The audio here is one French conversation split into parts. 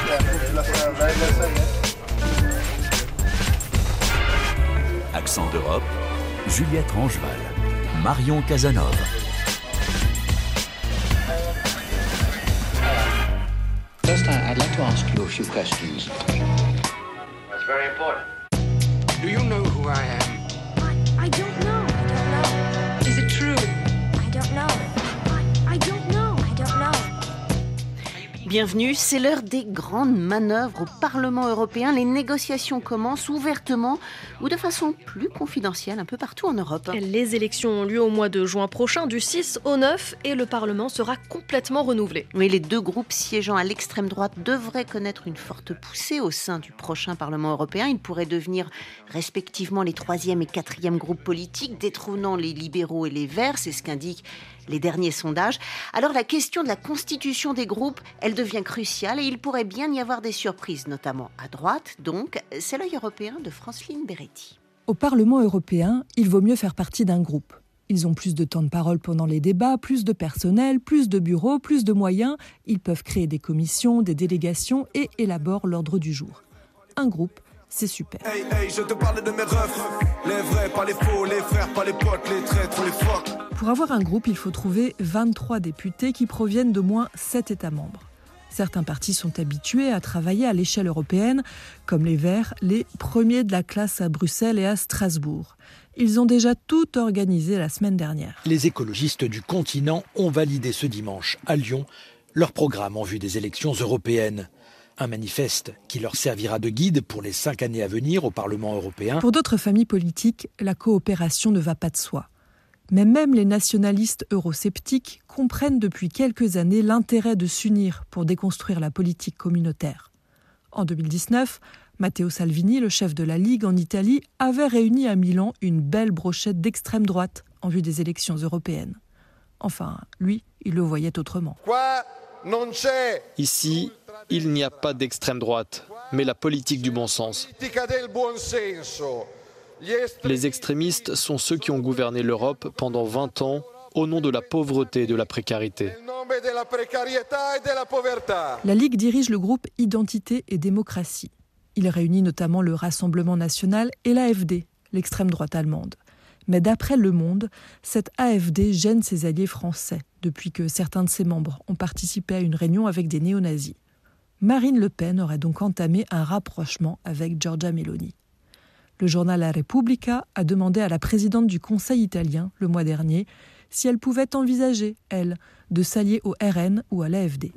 Accent d'Europe, Juliette Rangeval, Marion Casanova. First, I'd like to ask you a few questions. That's very important. Do you know who I am? I don't know. Is it true? I don't know. I don't know. Bienvenue, c'est l'heure des grandes manœuvres au Parlement européen. Les négociations commencent ouvertement ou de façon plus confidentielle un peu partout en Europe. Les élections ont lieu au mois de juin prochain, du 6 au 9, et le Parlement sera complètement renouvelé. Oui, les deux groupes siégeant à l'extrême droite devraient connaître une forte poussée au sein du prochain Parlement européen. Ils pourraient devenir respectivement les 3e et 4e groupes politiques, détrônant les libéraux et les Verts, c'est ce qu'indiquent les derniers sondages. Alors la question de la constitution des groupes, elle devient cruciale et il pourrait bien y avoir des surprises, notamment à droite. Donc, c'est l'œil européen de Franceline Beretti. Au Parlement européen, il vaut mieux faire partie d'un groupe. Ils ont plus de temps de parole pendant les débats, plus de personnel, plus de bureaux, plus de moyens. Ils peuvent créer des commissions, des délégations et élaborent l'ordre du jour. Un groupe, c'est super. Hey, hey, je te parle de mes refs. Les vrais, pas les faux, les frères, pas les potes, les traîtres, les phoques. Pour avoir un groupe, il faut trouver 23 députés qui proviennent d'au moins 7 États membres. Certains partis sont habitués à travailler à l'échelle européenne, comme les Verts, les premiers de la classe à Bruxelles et à Strasbourg. Ils ont déjà tout organisé la semaine dernière. Les écologistes du continent ont validé ce dimanche à Lyon leur programme en vue des élections européennes. Un manifeste qui leur servira de guide pour les 5 années à venir au Parlement européen. Pour d'autres familles politiques, la coopération ne va pas de soi. Mais même les nationalistes eurosceptiques comprennent depuis quelques années l'intérêt de s'unir pour déconstruire la politique communautaire. En 2019, Matteo Salvini, le chef de la Ligue en Italie, avait réuni à Milan une belle brochette d'extrême droite en vue des élections européennes. Enfin, lui, il le voyait autrement. Ici, il n'y a pas d'extrême droite, mais la politique du bon sens. Les extrémistes sont ceux qui ont gouverné l'Europe pendant 20 ans au nom de la pauvreté et de la précarité. La Ligue dirige le groupe Identité et démocratie. Il réunit notamment le Rassemblement national et l'AfD, l'extrême droite allemande. Mais d'après Le Monde, cette AfD gêne ses alliés français depuis que certains de ses membres ont participé à une réunion avec des néo-nazis. Marine Le Pen aurait donc entamé un rapprochement avec Giorgia Meloni. Le journal La Repubblica a demandé à la présidente du Conseil italien, le mois dernier, si elle pouvait envisager, elle, de s'allier au RN ou à l'AfD.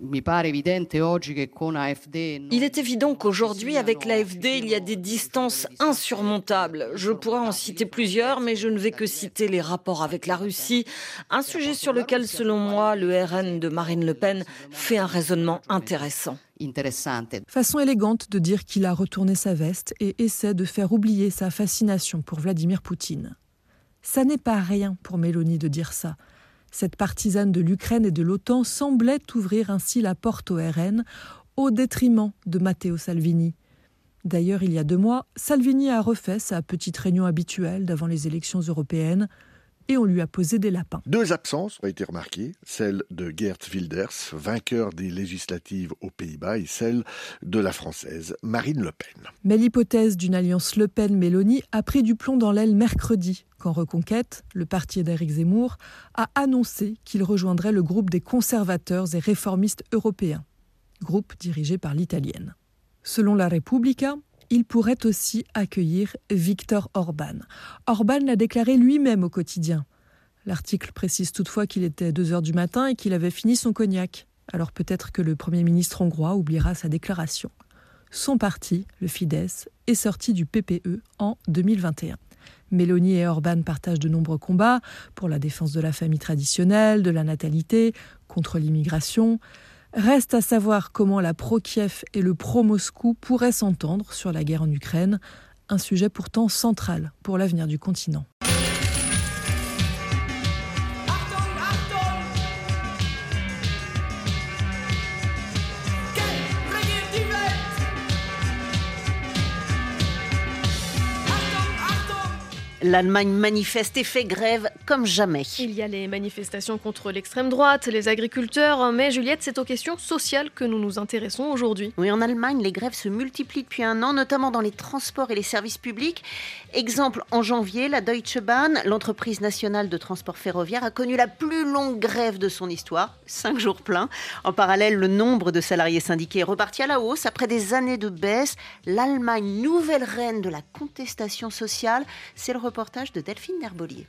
Il est évident qu'aujourd'hui, avec l'AfD, il y a des distances insurmontables. Je pourrais en citer plusieurs, mais je ne vais que citer les rapports avec la Russie, un sujet sur lequel, selon moi, le RN de Marine Le Pen fait un raisonnement intéressant. Façon élégante de dire qu'il a retourné sa veste et essaie de faire oublier sa fascination pour Vladimir Poutine. Ça n'est pas rien pour Meloni de dire ça. Cette partisane de l'Ukraine et de l'OTAN semblait ouvrir ainsi la porte au RN au détriment de Matteo Salvini. D'ailleurs, il y a 2 mois, Salvini a refait sa petite réunion habituelle d'avant les élections européennes et on lui a posé des lapins. 2 absences ont été remarquées, celle de Geert Wilders, vainqueur des législatives aux Pays-Bas, et celle de la française Marine Le Pen. Mais l'hypothèse d'une alliance Le Pen-Mélanie a pris du plomb dans l'aile mercredi, quand Reconquête, le parti d'Éric Zemmour, a annoncé qu'il rejoindrait le groupe des conservateurs et réformistes européens, groupe dirigé par l'italienne. Selon La Repubblica, il pourrait aussi accueillir Viktor Orban. Orban l'a déclaré lui-même au quotidien. L'article précise toutefois qu'il était 2h du matin et qu'il avait fini son cognac. Alors peut-être que le Premier ministre hongrois oubliera sa déclaration. Son parti, le Fidesz, est sorti du PPE en 2021. Meloni et Orban partagent de nombreux combats pour la défense de la famille traditionnelle, de la natalité, contre l'immigration. Reste à savoir comment la pro-Kiev et le pro-Moscou pourraient s'entendre sur la guerre en Ukraine, un sujet pourtant central pour l'avenir du continent. L'Allemagne manifeste et fait grève comme jamais. Il y a les manifestations contre l'extrême droite, les agriculteurs, mais Juliette, c'est aux questions sociales que nous nous intéressons aujourd'hui. Oui, en Allemagne, les grèves se multiplient depuis un an, notamment dans les transports et les services publics. Exemple, en janvier, la Deutsche Bahn, l'entreprise nationale de transport ferroviaire, a connu la plus longue grève de son histoire, 5 jours pleins. En parallèle, le nombre de salariés syndiqués est reparti à la hausse. Après des années de baisse, l'Allemagne, nouvelle reine de la contestation sociale, c'est le reportage de Delphine Nerbolier.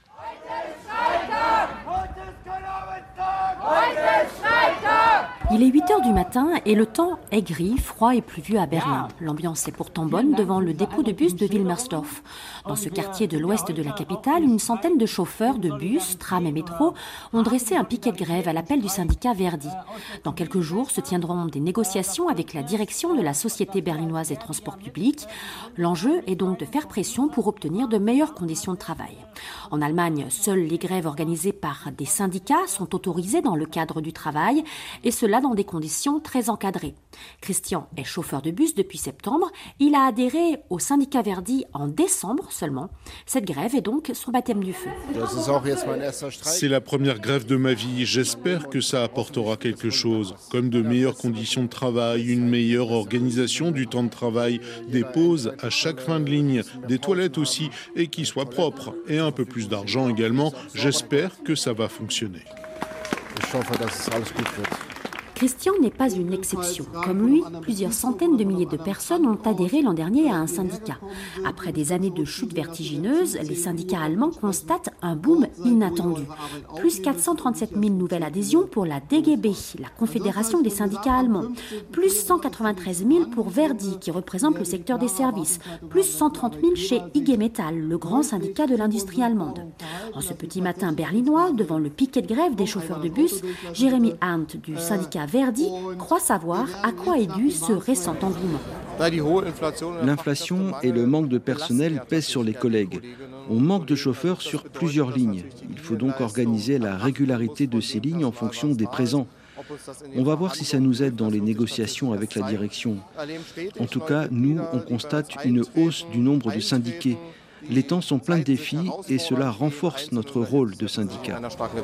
Il est 8h du matin et le temps est gris, froid et pluvieux à Berlin. L'ambiance est pourtant bonne devant le dépôt de bus de Wilmersdorf. Dans ce quartier de l'ouest de la capitale, une centaine de chauffeurs de bus, trams et métro ont dressé un piquet de grève à l'appel du syndicat Verdi. Dans quelques jours se tiendront des négociations avec la direction de la Société berlinoise des transports publics. L'enjeu est donc de faire pression pour obtenir de meilleures conditions de travail. En Allemagne, seules les grèves organisées par des syndicats sont autorisées dans le cadre du travail, et cela dans des conditions très encadrées. Christian est chauffeur de bus depuis septembre. Il a adhéré au syndicat Verdi en décembre seulement. Cette grève est donc son baptême du feu. C'est la première grève de ma vie. J'espère que ça apportera quelque chose, comme de meilleures conditions de travail, une meilleure organisation du temps de travail, des pauses à chaque fin de ligne, des toilettes aussi, et qui soient propres. Et un peu plus d'argent également. J'espère que ça va fonctionner. Christian n'est pas une exception. Comme lui, plusieurs centaines de milliers de personnes ont adhéré l'an dernier à un syndicat. Après des années de chute vertigineuse, les syndicats allemands constatent un boom inattendu. Plus 437 000 nouvelles adhésions pour la DGB, la Confédération des syndicats allemands. Plus 193 000 pour Verdi, qui représente le secteur des services. Plus 130 000 chez IG Metall, le grand syndicat de l'industrie allemande. En ce petit matin berlinois, devant le piquet de grève des chauffeurs de bus, Jérémy Arndt du syndicat Verdi croit savoir à quoi est dû ce récent engouement. L'inflation et le manque de personnel pèsent sur les collègues. On manque de chauffeurs sur plusieurs lignes. Il faut donc organiser la régularité de ces lignes en fonction des présents. On va voir si ça nous aide dans les négociations avec la direction. En tout cas, nous, on constate une hausse du nombre de syndiqués. Les temps sont pleins de défis et cela renforce notre rôle de syndicat.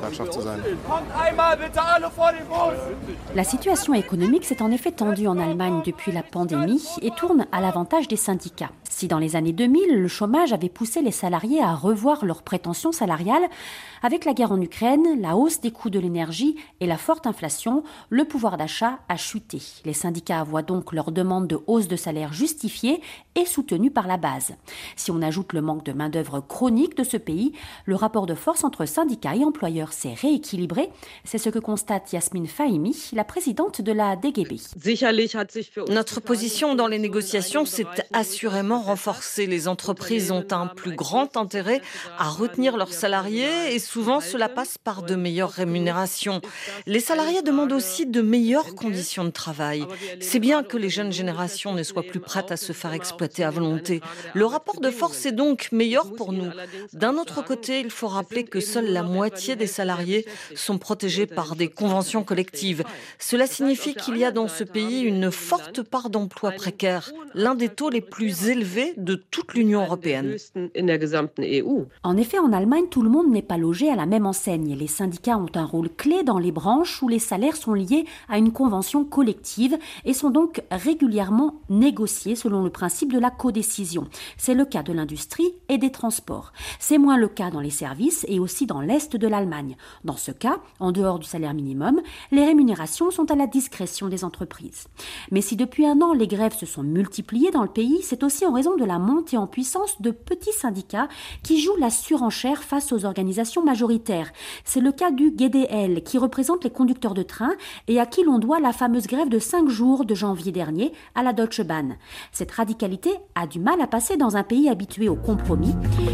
La situation économique s'est en effet tendue en Allemagne depuis la pandémie et tourne à l'avantage des syndicats. Si dans les années 2000, le chômage avait poussé les salariés à revoir leurs prétentions salariales, avec la guerre en Ukraine, la hausse des coûts de l'énergie et la forte inflation, le pouvoir d'achat a chuté. Les syndicats voient donc leur demande de hausse de salaire justifiée et soutenue par la base. Si on ajoute le manque de main-d'œuvre chronique de ce pays, le rapport de force entre syndicats et employeurs s'est rééquilibré. C'est ce que constate Yasmine Fahimi, la présidente de la DGB. Notre position dans les négociations s'est assurément renforcée. Les entreprises ont un plus grand intérêt à retenir leurs salariés et souvent cela passe par de meilleures rémunérations. Les salariés demandent aussi de meilleures conditions de travail. C'est bien que les jeunes générations ne soient plus prêtes à se faire exploiter à volonté. Le rapport de force est donc meilleur pour nous. D'un autre côté, il faut rappeler que seule la moitié des salariés sont protégés par des conventions collectives. Cela signifie qu'il y a dans ce pays une forte part d'emplois précaires, l'un des taux les plus élevés de toute l'Union européenne. En effet, en Allemagne, tout le monde n'est pas logé à la même enseigne. Les syndicats ont un rôle clé dans les branches où les salaires sont liés à une convention collective et sont donc régulièrement négociés selon le principe de la codécision. C'est le cas de l'industrie et des transports. C'est moins le cas dans les services et aussi dans l'est de l'Allemagne. Dans ce cas, en dehors du salaire minimum, les rémunérations sont à la discrétion des entreprises. Mais si depuis un an, les grèves se sont multipliées dans le pays, c'est aussi en raison de la montée en puissance de petits syndicats qui jouent la surenchère face aux organisations majoritaires. C'est le cas du GDL, qui représente les conducteurs de train et à qui l'on doit la fameuse grève de 5 jours de janvier dernier à la Deutsche Bahn. Cette radicalité a du mal à passer dans un pays habitué au compromis.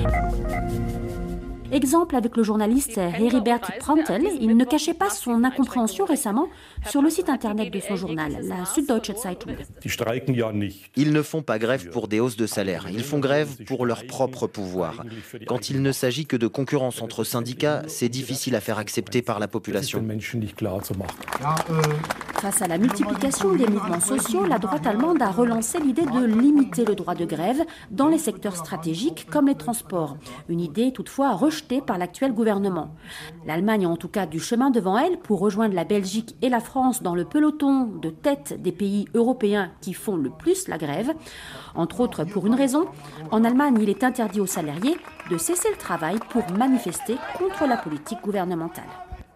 Exemple avec le journaliste Heribert Prantl, il ne cachait pas son incompréhension récemment sur le site internet de son journal, la Süddeutsche Zeitung. Ils ne font pas grève pour des hausses de salaire, ils font grève pour leur propre pouvoir. Quand il ne s'agit que de concurrence entre syndicats, c'est difficile à faire accepter par la population. Face à la multiplication des mouvements sociaux, la droite allemande a relancé l'idée de limiter le droit de grève dans les secteurs stratégiques comme les transports. Une idée toutefois rejetée par l'actuel gouvernement. L'Allemagne a en tout cas du chemin devant elle pour rejoindre la Belgique et la France dans le peloton de tête des pays européens qui font le plus la grève. Entre autres pour une raison, en Allemagne il est interdit aux salariés de cesser le travail pour manifester contre la politique gouvernementale.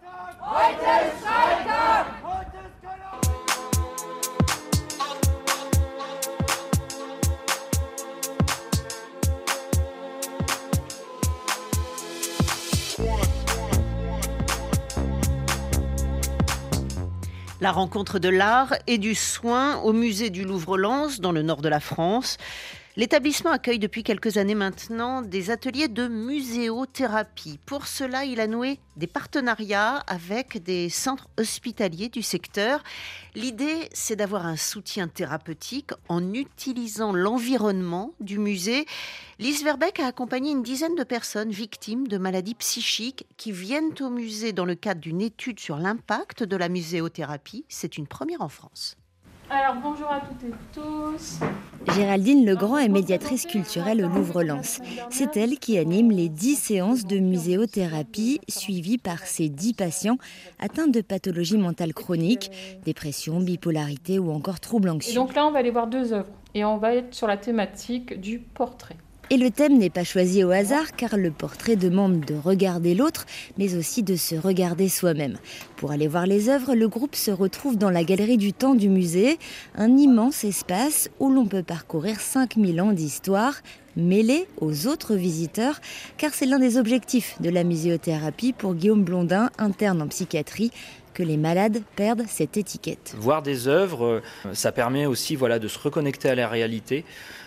La rencontre de l'art et du soin au musée du Louvre-Lens, dans le nord de la France. L'établissement accueille depuis quelques années maintenant des ateliers de muséothérapie. Pour cela, il a noué des partenariats avec des centres hospitaliers du secteur. L'idée, c'est d'avoir un soutien thérapeutique en utilisant l'environnement du musée. Lise Verbeek a accompagné une dizaine de personnes victimes de maladies psychiques qui viennent au musée dans le cadre d'une étude sur l'impact de la muséothérapie. C'est une première en France. Alors bonjour à toutes et tous. Géraldine Legrand est médiatrice culturelle au Louvre-Lens. C'est elle qui anime les 10 séances de muséothérapie suivies par ses 10 patients atteints de pathologies mentales chroniques, dépression, bipolarité ou encore troubles anxieux. Et donc là on va aller voir 2 œuvres et on va être sur la thématique du portrait. Et le thème n'est pas choisi au hasard car le portrait demande de regarder l'autre, mais aussi de se regarder soi-même. Pour aller voir les œuvres, le groupe se retrouve dans la galerie du temps du musée, un immense espace où l'on peut parcourir 5000 ans d'histoire, mêlés aux autres visiteurs, car c'est l'un des objectifs de la muséothérapie pour Guillaume Blondin, interne en psychiatrie, que les malades perdent cette étiquette. Voir des œuvres, ça permet aussi de se reconnecter à la réalité.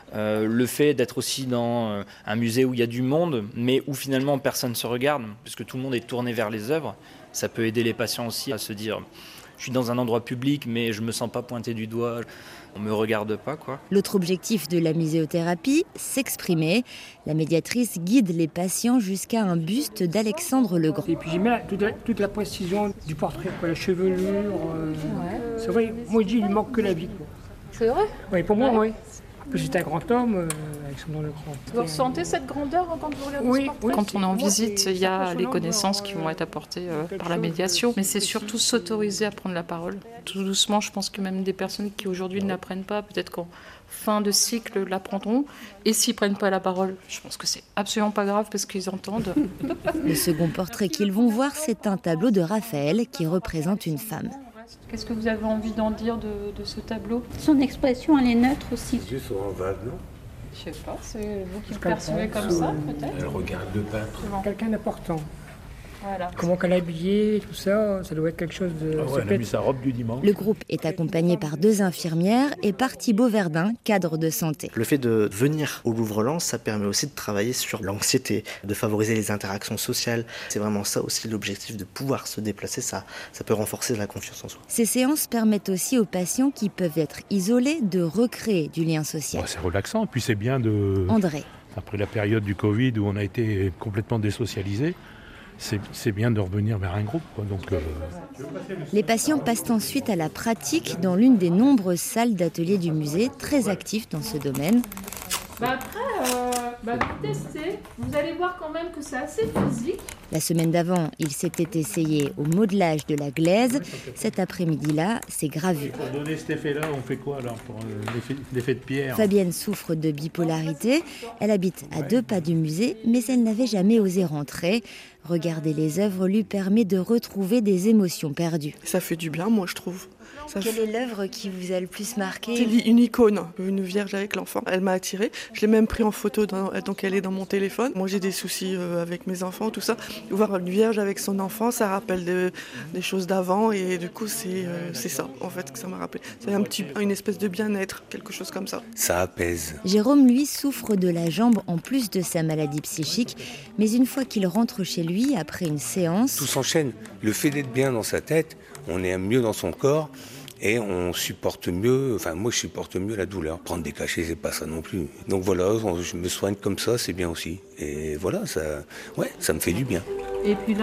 Le fait d'être aussi dans un musée où il y a du monde, mais où finalement personne ne se regarde, puisque tout le monde est tourné vers les œuvres, ça peut aider les patients aussi à se dire « je suis dans un endroit public, mais je ne me sens pas pointé du doigt, on ne me regarde pas ». L'autre objectif de la muséothérapie, s'exprimer. La médiatrice guide les patients jusqu'à un buste d'Alexandre le Grand. Et puis j'aime bien toute la précision du portrait, la chevelure. C'est vrai, moi je dis il lui manque que la vie. C'est vrai ? Oui, pour moi, oui. C'est un grand homme, Alexandre le Grand. Vous ressentez cette grandeur quand vous regardez ce portrait ? Quand on est en visite, il y a les connaissances qui vont être apportées par la médiation, mais c'est surtout s'autoriser à prendre la parole. Tout doucement, je pense que même des personnes qui aujourd'hui ne l'apprennent pas, peut-être qu'en fin de cycle l'apprendront, et s'ils ne prennent pas la parole, je pense que c'est absolument pas grave parce qu'ils entendent. Le second portrait qu'ils vont voir, c'est un tableau de Raphaël qui représente une femme. Qu'est-ce que vous avez envie d'en dire de ce tableau ? Son expression, elle est neutre aussi. C'est juste en vague, non ? Je sais pas, c'est vous qui le percevez comme ça, peut-être ? Elle regarde le peintre. Quelqu'un d'important. Voilà. Comment qu'elle est habillée, tout ça, ça doit être quelque chose de... elle a mis sa robe du dimanche. Le groupe est accompagné par 2 infirmières et par Thibaut Verdun, cadre de santé. Le fait de venir au Louvre-Lens, ça permet aussi de travailler sur l'anxiété, de favoriser les interactions sociales. C'est vraiment ça aussi l'objectif, de pouvoir se déplacer, ça peut renforcer la confiance en soi. Ces séances permettent aussi aux patients qui peuvent être isolés de recréer du lien social. C'est relaxant, puis c'est bien de... André. Après la période du Covid où on a été complètement désocialisés, c'est bien de revenir vers un groupe. Les patients passent ensuite à la pratique dans l'une des nombreuses salles d'ateliers du musée, très actifs dans ce domaine. Après, vous testez, vous allez voir quand même que c'est assez physique. La semaine d'avant, il s'était essayé au modelage de la glaise. Cet après-midi-là, c'est gravure. Pour donner cet effet-là, on fait quoi alors pour l'effet de pierre ? Fabienne souffre de bipolarité. Elle habite à 2 pas du musée, mais elle n'avait jamais osé rentrer. Regarder les œuvres lui permet de retrouver des émotions perdues. Ça fait du bien, moi, je trouve. Quelle est l'œuvre qui vous a le plus marqué ? C'est une icône, une vierge avec l'enfant. Elle m'a attirée. Je l'ai même pris en photo, donc elle est dans mon téléphone. Moi, j'ai des soucis avec mes enfants, tout ça. Voir une vierge avec son enfant, ça rappelle des choses d'avant. Et du coup, c'est ça, en fait, que ça m'a rappelé. C'est une espèce de bien-être, quelque chose comme ça. Ça apaise. Jérôme, lui, souffre de la jambe en plus de sa maladie psychique. Mais une fois qu'il rentre chez lui, après une séance... Tout s'enchaîne. Le fait d'être bien dans sa tête, on est mieux dans son corps. Et on supporte mieux, moi je supporte mieux la douleur. Prendre des cachets, c'est pas ça non plus. Donc voilà, je me soigne comme ça, c'est bien aussi. Et voilà, ça me fait du bien. Et puis là,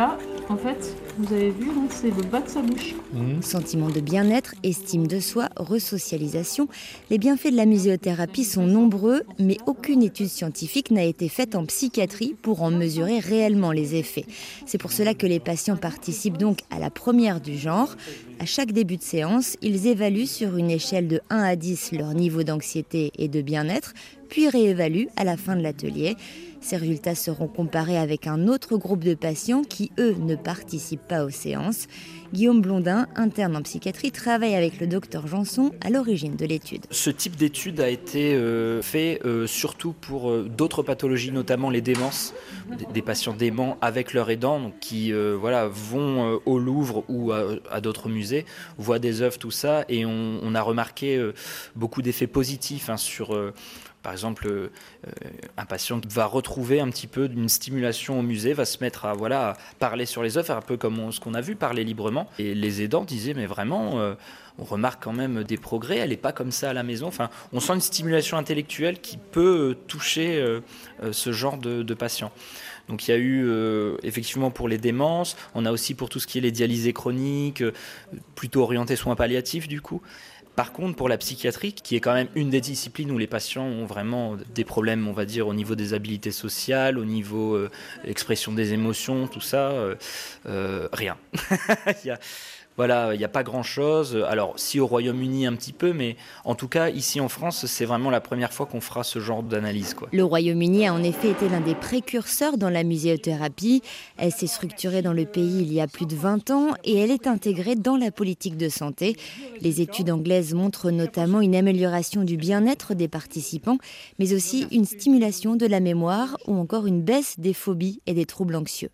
En fait, vous avez vu, là, c'est le bas de sa bouche. Sentiment de bien-être, estime de soi, resocialisation, les bienfaits de la muséothérapie sont nombreux, mais aucune étude scientifique n'a été faite en psychiatrie pour en mesurer réellement les effets. C'est pour cela que les patients participent donc à la première du genre. À chaque début de séance, ils évaluent sur une échelle de 1 à 10 leur niveau d'anxiété et de bien-être, puis réévaluent à la fin de l'atelier. Ces résultats seront comparés avec un autre groupe de patients qui, eux, ne participent pas aux séances. Guillaume Blondin, interne en psychiatrie, travaille avec le docteur Janson à l'origine de l'étude. Ce type d'étude a été fait surtout pour d'autres pathologies, notamment les démences, des patients déments avec leur aidant, donc qui vont au Louvre ou à d'autres musées, voient des œuvres, tout ça, et on a remarqué beaucoup d'effets positifs sur... Par exemple, un patient va retrouver un petit peu d'une stimulation au musée, va se mettre à parler sur les œuvres, un peu comme ce qu'on a vu, parler librement. Et les aidants disaient, mais vraiment, on remarque quand même des progrès, elle n'est pas comme ça à la maison. Enfin, on sent une stimulation intellectuelle qui peut toucher ce genre de patients. Donc il y a eu effectivement pour les démences, on a aussi pour tout ce qui est les dialysés chroniques, plutôt orientés soins palliatifs du coup. Par contre, pour la psychiatrie, qui est quand même une des disciplines où les patients ont vraiment des problèmes, on va dire, au niveau des habiletés sociales, au niveau expression des émotions, tout ça, rien. Il n'y a pas grand-chose. Alors, si au Royaume-Uni un petit peu, mais en tout cas, ici en France, c'est vraiment la première fois qu'on fera ce genre d'analyse, quoi. Le Royaume-Uni a en effet été l'un des précurseurs dans la muséothérapie. Elle s'est structurée dans le pays il y a plus de 20 ans et elle est intégrée dans la politique de santé. Les études anglaises montrent notamment une amélioration du bien-être des participants, mais aussi une stimulation de la mémoire ou encore une baisse des phobies et des troubles anxieux.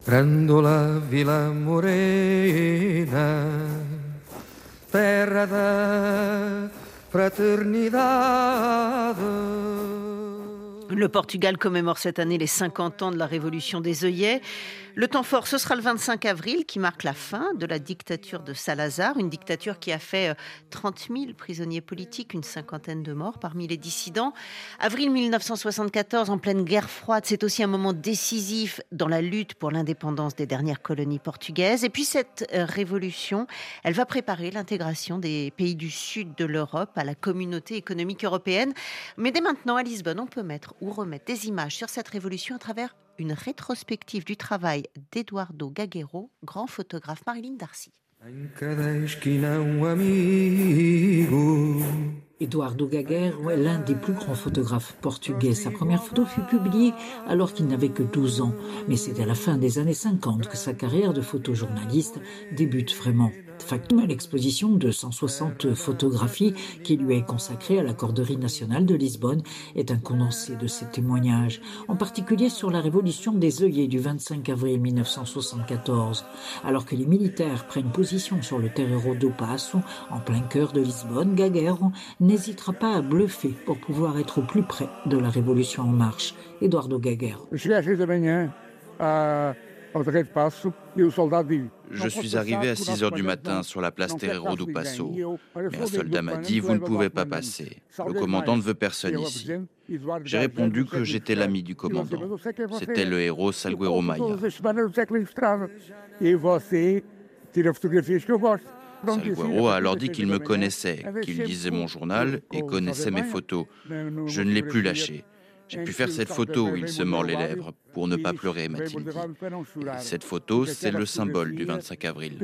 Terra da fraternidade. Le Portugal commémore cette année les 50 ans de la révolution des œillets. Le temps fort, ce sera le 25 avril, qui marque la fin de la dictature de Salazar, une dictature qui a fait 30 000 prisonniers politiques, une cinquantaine de morts parmi les dissidents. Avril 1974, en pleine guerre froide, c'est aussi un moment décisif dans la lutte pour l'indépendance des dernières colonies portugaises. Et puis cette révolution, elle va préparer l'intégration des pays du sud de l'Europe à la communauté économique européenne. Mais dès maintenant, à Lisbonne, on peut mettre ou remettre des images sur cette révolution à travers une rétrospective du travail d'Eduardo Gagueiro, grand photographe. Marilyn Darcy. Eduardo Gagueiro est l'un des plus grands photographes portugais. Sa première photo fut publiée alors qu'il n'avait que 12 ans. Mais c'est à la fin des années 50 que sa carrière de photojournaliste débute vraiment. L'exposition de 160 photographies qui lui est consacrée à la Corderie nationale de Lisbonne est un condensé de ses témoignages, en particulier sur la révolution des œillets du 25 avril 1974. Alors que les militaires prennent position sur le terreiro do Paço, en plein cœur de Lisbonne, Gagueiro n'hésitera pas à bluffer pour pouvoir être au plus près de la révolution en marche. Eduardo Gagueiro. Je suis arrivé à 6 heures du matin sur la place Terreiro do Paço, mais un soldat m'a dit « Vous ne pouvez pas passer. Le commandant ne veut personne ici. » J'ai répondu que j'étais l'ami du commandant. C'était le héros Salgueiro Maia. Salgueiro a alors dit qu'il me connaissait, qu'il lisait mon journal et connaissait mes photos. Je ne l'ai plus lâché. J'ai pu faire cette photo où il se mord les lèvres pour ne pas pleurer, m'a-t-il dit. Et cette photo, c'est le symbole du 25 avril.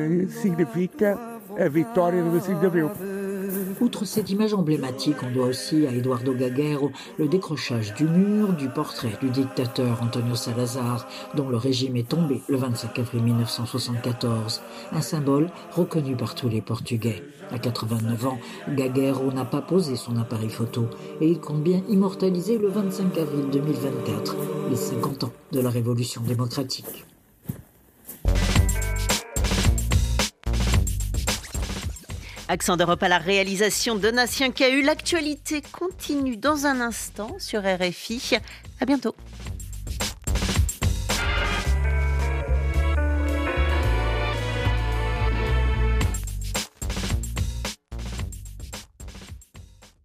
Outre cette image emblématique, on doit aussi à Eduardo Gagueiro le décrochage du mur du portrait du dictateur António Salazar, dont le régime est tombé le 25 avril 1974. Un symbole reconnu par tous les Portugais. À 89 ans, Gagueiro n'a pas posé son appareil photo et il compte bien immortaliser le 25 avril 2024, les 50 ans de la Révolution démocratique. Accent d'Europe à la réalisation, Donatien Cahu. L'actualité continue dans un instant sur RFI. À bientôt.